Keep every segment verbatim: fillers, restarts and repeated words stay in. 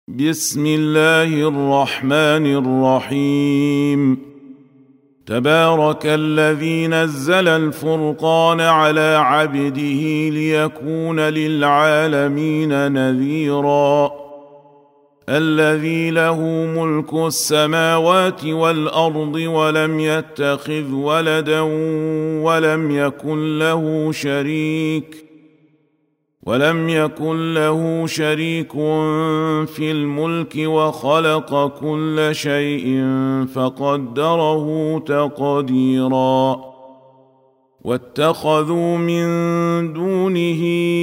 بسم الله الرحمن الرحيم. تبارك الذي نزل الفرقان على عبده ليكون للعالمين نذيرا. الذي له ملك السماوات والأرض ولم يتخذ ولدا ولم يكن له شريك ولم يكن له شريك في الملك وخلق كل شيء فقدره تقديرا. واتخذوا من دونه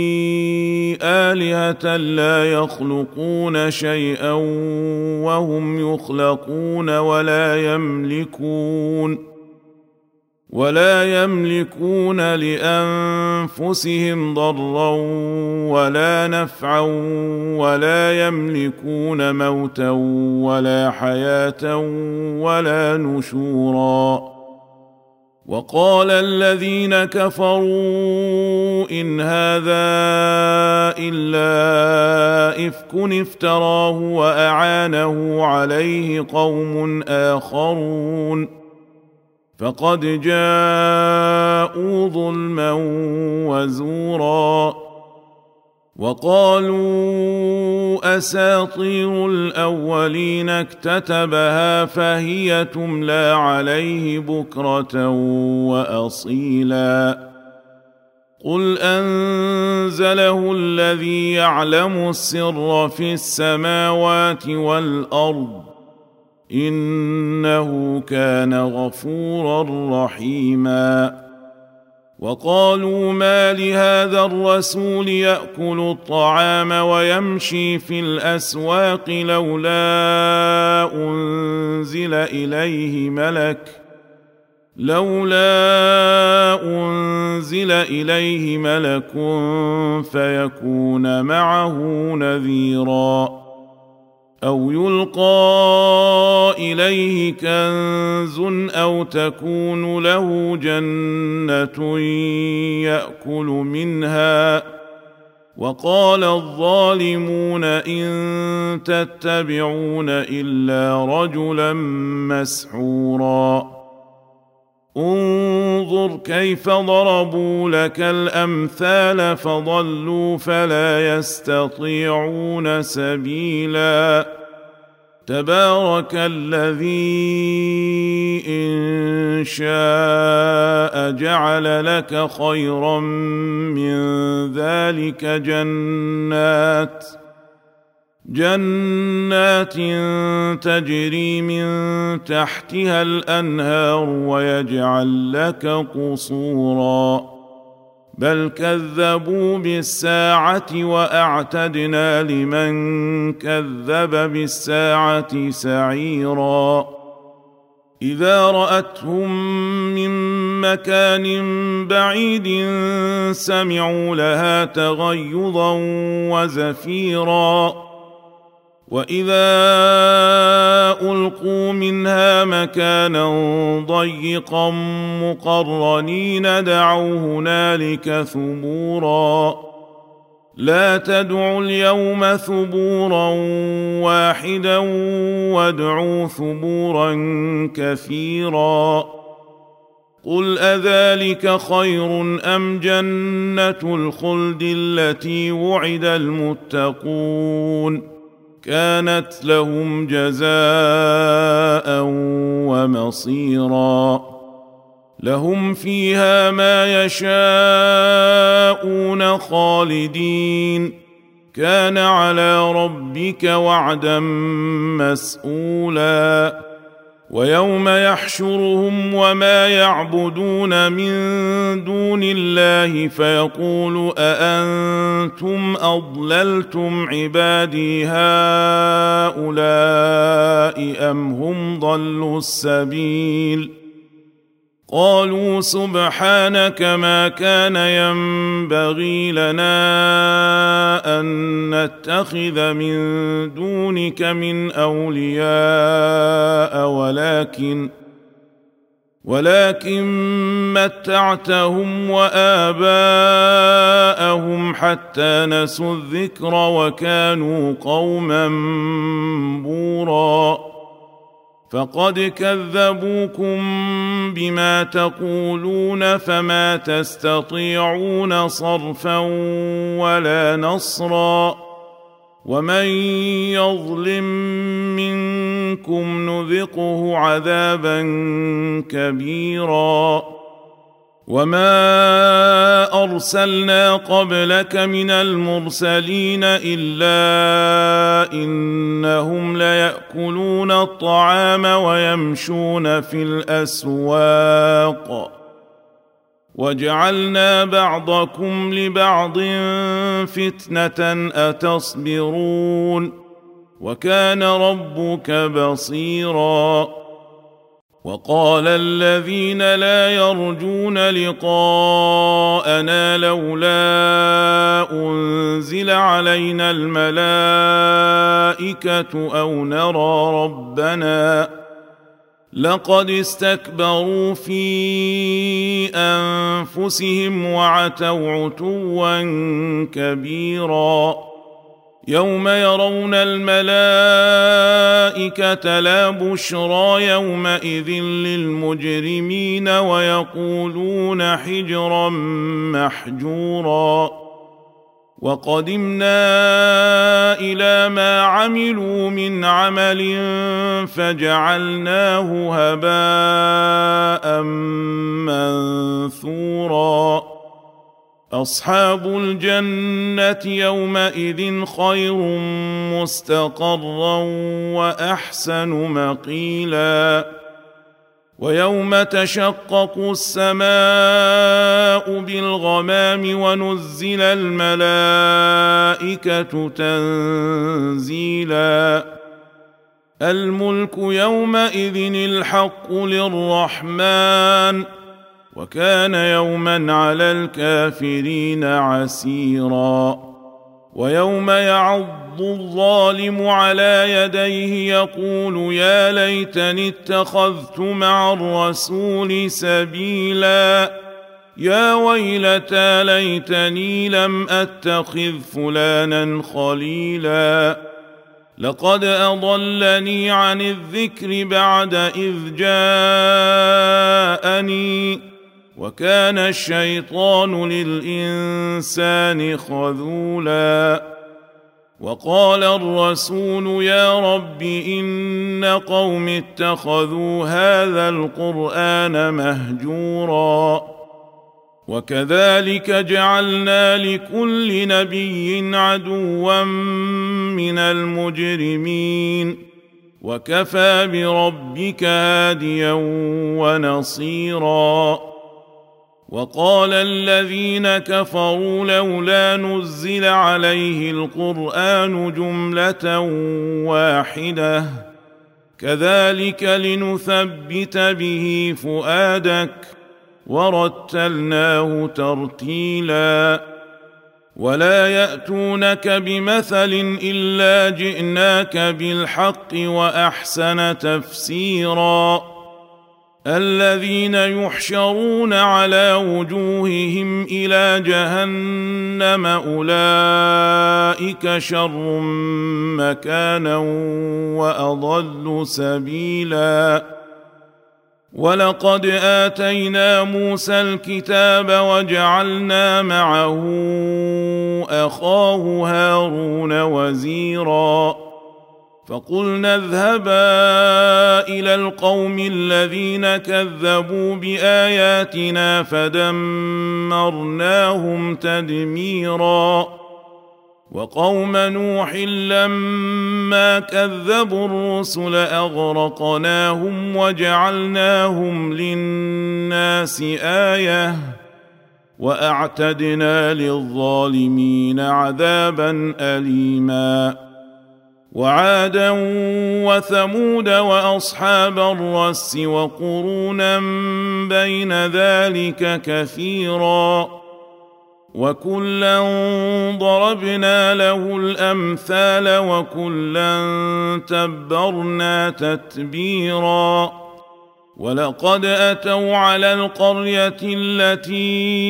آلهة لا يخلقون شيئا وهم يخلقون ولا يملكون ولا يملكون لأنفسهم ضرا ولا نفعا ولا يملكون موتا ولا حياة ولا نشورا. وقال الذين كفروا إن هذا إلا إفك افتراه وأعانه عليه قوم آخرون فقد جاءوا ظلما وزورا. وقالوا أساطير الأولين اكتتبها فهي تملى عليه بكرة وأصيلا. قل أنزله الذي يعلم السر في السماوات والأرض إنه كان غفورا رحيما. وقالوا ما لهذا الرسول يأكل الطعام ويمشي في الأسواق لولا أنزل إليه ملك لولا أنزل إليه ملك فيكون معه نذيرا أو يلقى إليه كنز أو تكون له جنة يأكل منها. وقال الظالمون إن تتبعون إلا رجلا مسحورا. انظر كيف ضربوا لك الأمثال فضلوا فلا يستطيعون سبيلا. تبارك الذي إن شاء جعل لك خيرا من ذلك جنات جنات تجري من تحتها الأنهار ويجعل لك قصورا. بل كذبوا بالساعة وأعتدنا لمن كذب بالساعة سعيرا. إذا رأتهم من مكان بعيد سمعوا لها تغيظا وزفيرا. وإذا ألقوا منها مكانا ضيقا مقرنين دعوا هنالك ثبورا. لا تدعوا اليوم ثبورا واحدا وادعوا ثبورا كثيرا. قل أذلك خير أم جنة الخلد التي وعد المتقون كانت لهم جزاء ومصيرا. لهم فيها ما يشاءون خالدين كان على ربك وعدا مسئولا. ويوم يحشرهم وما يعبدون من دون الله فيقول أأنتم أضللتم عبادي هؤلاء أم هم ضلوا السبيل. قالوا سبحانك ما كان ينبغي لنا أن نتخذ من دونك من أولياء ولكن ولكن متعتهم وآباءهم حتى نسوا الذكر وكانوا قوما بورا فقد كذبوكم بما تقولون فما تستطيعون صرفا ولا نصرا ومن يظلم منكم نذقه عذابا كبيرا وما ارسلنا قبلك من المرسلين الا انهم ليأكلون الطعام ويمشون في الاسواق وجعلنا بعضكم لبعض فتنة أتصبرون وكان ربك بصيرا وقال الذين لا يرجون لقاءنا لولا أنزل علينا الملائكة أو نرى ربنا لقد استكبروا في أنفسهم وعتوا عتوا كبيرا يوم يرون الملائكة لا بشرى يومئذ للمجرمين ويقولون حجرا محجورا وقدمنا إلى ما عملوا من عمل فجعلناه هباء منثورا أصحاب الجنة يومئذ خير مستقرا وأحسن مقيلا ويوم تشقق السماء بالغمام ونزل الملائكة تنزيلا الملك يومئذ الحق للرحمن وكان يوما على الكافرين عسيرا ويوم يعض الظالم على يديه يقول يا ليتني اتخذت مع الرسول سبيلا يا ويلتى ليتني لم اتخذ فلانا خليلا لقد اضلني عن الذكر بعد اذ جاءني وكان الشيطان للإنسان خذولا وقال الرسول يا رب إن قوم اتخذوا هذا القرآن مهجورا وكذلك جعلنا لكل نبي عدوا من المجرمين وكفى بربك هاديا ونصيرا وقال الذين كفروا لولا نزل عليه القرآن جملة واحدة كذلك لنثبت به فؤادك ورتلناه ترتيلا ولا يأتونك بمثل إلا جئناك بالحق وأحسن تفسيرا الذين يحشرون على وجوههم إلى جهنم أولئك شر مكانا وأضل سبيلا ولقد آتينا موسى الكتاب وجعلنا معه أخاه هارون وزيرا فقلنا اذهبا إلى القوم الذين كذبوا بآياتنا فدمرناهم تدميرا وقوم نوح لما كذبوا الرسل أغرقناهم وجعلناهم للناس آية وأعتدنا للظالمين عذابا أليما وعادا وثمود وأصحاب الرس وقرونا بين ذلك كثيرا وكلا ضربنا له الأمثال وكلا تبرنا تتبيرا ولقد أتوا على القرية التي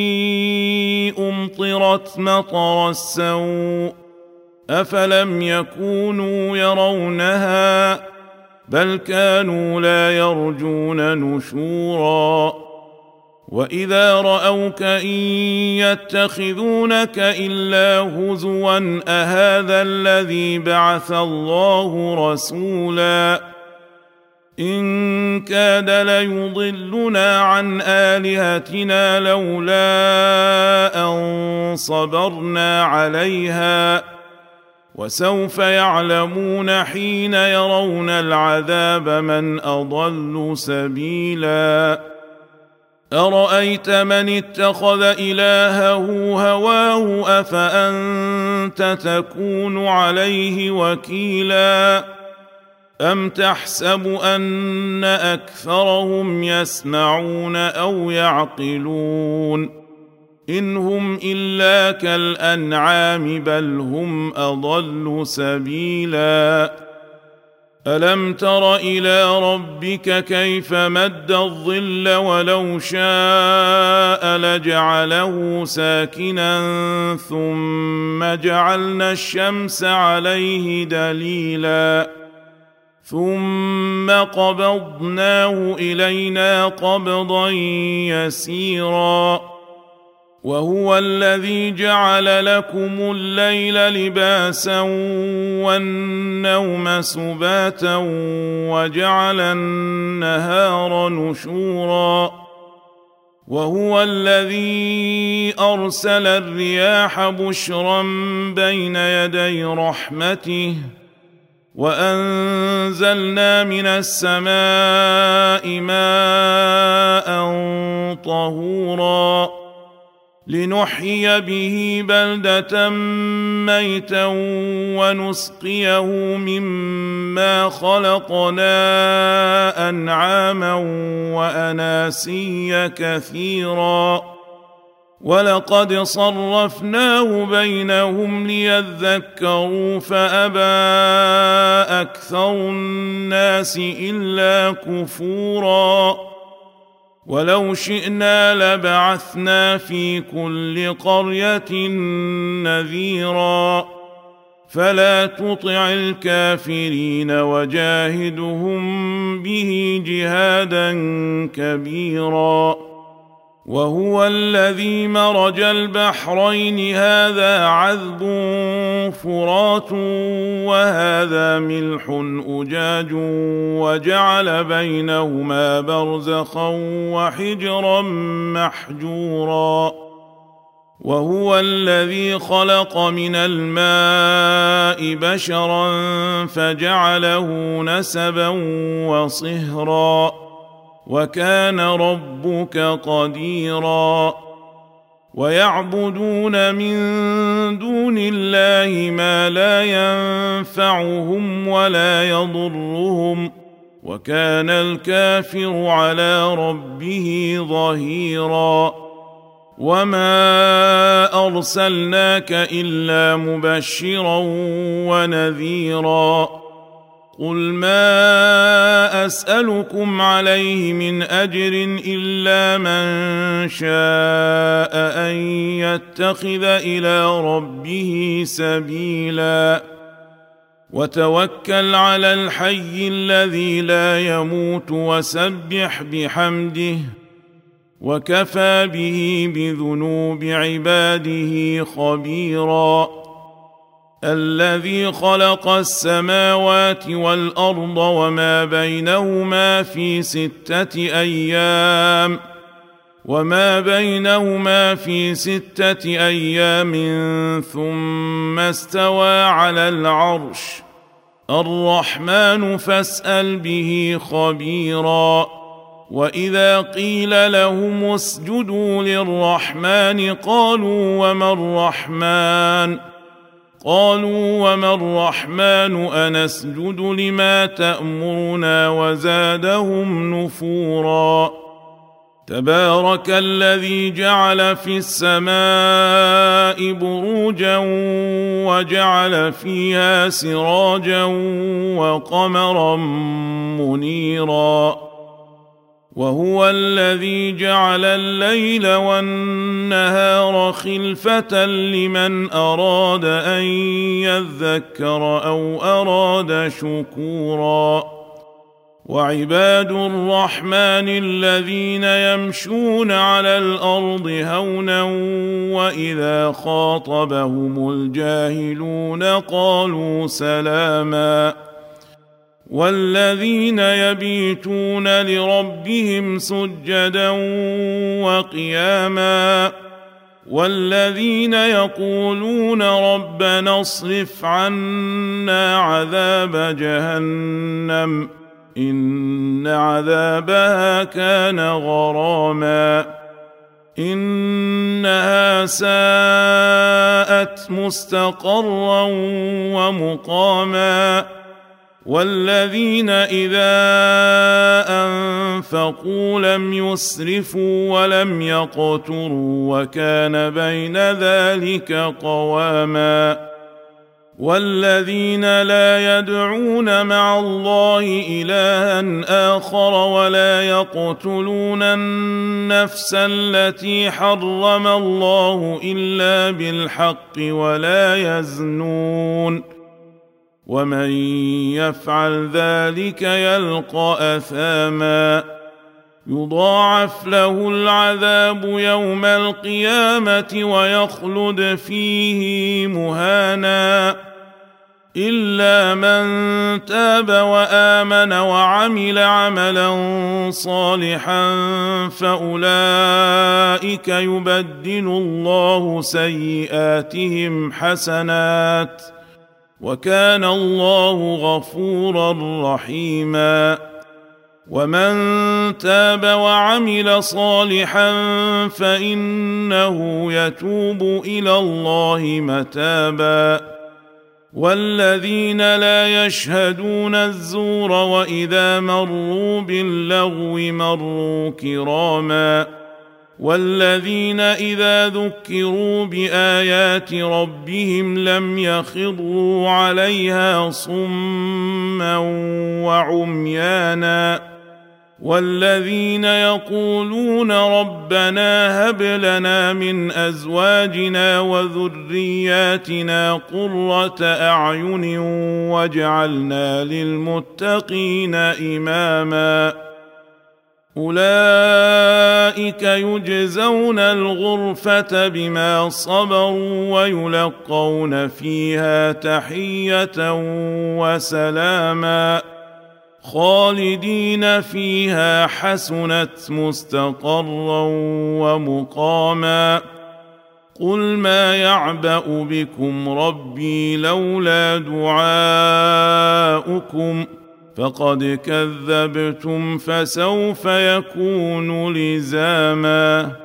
أمطرت مطر السوء أفلم يكونوا يرونها بل كانوا لا يرجون نشورا وإذا رأوك إن يتخذونك إلا هزوا أهذا الذي بعث الله رسولا إن كاد ليضلنا عن آلهتنا لولا أن صبرنا عليها وسوف يعلمون حين يرون العذاب من أضل سبيلا أرأيت من اتخذ إلهه هواه أفأنت تكون عليه وكيلا أم تحسب أن أكثرهم يسمعون أو يعقلون إن هم إلا كالأنعام بل هم أضل سبيلا ألم تر إلى ربك كيف مد الظل ولو شاء لجعله ساكنا ثم جعلنا الشمس عليه دليلا ثم قبضناه إلينا قبضا يسيرا وهو الذي جعل لكم الليل لباسا والنوم سباتا وجعل النهار نشورا وهو الذي أرسل الرياح بشرا بين يدي رحمته وأنزلنا من السماء ماء طهورا لنحيي به بلدة ميتا ونسقيه مما خلقنا أنعاما وأناسيا كثيرا ولقد صرفناه بينهم ليذكروا فأبى أكثر الناس إلا كفورا ولو شئنا لبعثنا في كل قرية نذيرا فلا تطع الكافرين وجاهدهم به جهادا كبيرا وهو الذي مرج البحرين هذا عذب فرات وهذا ملح أجاج وجعل بينهما برزخا وحجرا محجورا وهو الذي خلق من الماء بشرا فجعله نسبا وصهرا وكان ربك قديرا ويعبدون من دون الله ما لا ينفعهم ولا يضرهم وكان الكافر على ربه ظهيرا وما أرسلناك إلا مبشرا ونذيرا قل ما أسألكم عليه من أجر إلا من شاء أن يتخذ إلى ربه سبيلا وتوكل على الحي الذي لا يموت وسبح بحمده وكفى به بذنوب عباده خبيرا الذي خلق السماوات والأرض وما بينهما في ستة أيام وما بينهما في ستة أيام ثم استوى على العرش الرحمن فاسأل به خبيرا وإذا قيل لهم اسجدوا للرحمن قالوا وما الرحمن قالوا وما الرحمن أنسجد لما تأمرنا وزادهم نفورا تبارك الذي جعل في السماء بروجا وجعل فيها سراجا وقمرا منيرا وهو الذي جعل الليل والنهار خلفة لمن أراد أن يذكر أو أراد شكورا وعباد الرحمن الذين يمشون على الأرض هونا وإذا خاطبهم الجاهلون قالوا سلاما والذين يبيتون لربهم سجدا وقياما والذين يقولون ربنا اصرف عنا عذاب جهنم إن عذابها كان غراما إنها ساءت مستقرا ومقاما والذين إذا أنفقوا لم يسرفوا ولم يقتروا وكان بين ذلك قواما والذين لا يدعون مع الله إلها آخر ولا يقتلون النفس التي حرم الله إلا بالحق ولا يزنون ومن يفعل ذلك يلقى أثاما يضاعف له العذاب يوم القيامة ويخلد فيه مهانا إلا من تاب وآمن وعمل عملا صالحا فأولئك يبدل الله سيئاتهم حسنات وكان الله غفورا رحيما ومن تاب وعمل صالحا فإنه يتوب إلى الله متابا والذين لا يشهدون الزور وإذا مروا باللغو مروا كراما والذين إذا ذكروا بآيات ربهم لم يخروا عليها صما وعميانا والذين يقولون ربنا هب لنا من أزواجنا وذرياتنا قرة أعين واجعلنا للمتقين إماما أولئك يجزون الغرفة بما صبروا ويلقون فيها تحية وسلاما خالدين فيها حسنت مستقرا ومقاما قل ما يعبأ بكم ربي لولا دعاؤكم فقد كذبتم فسوف يكون لزاما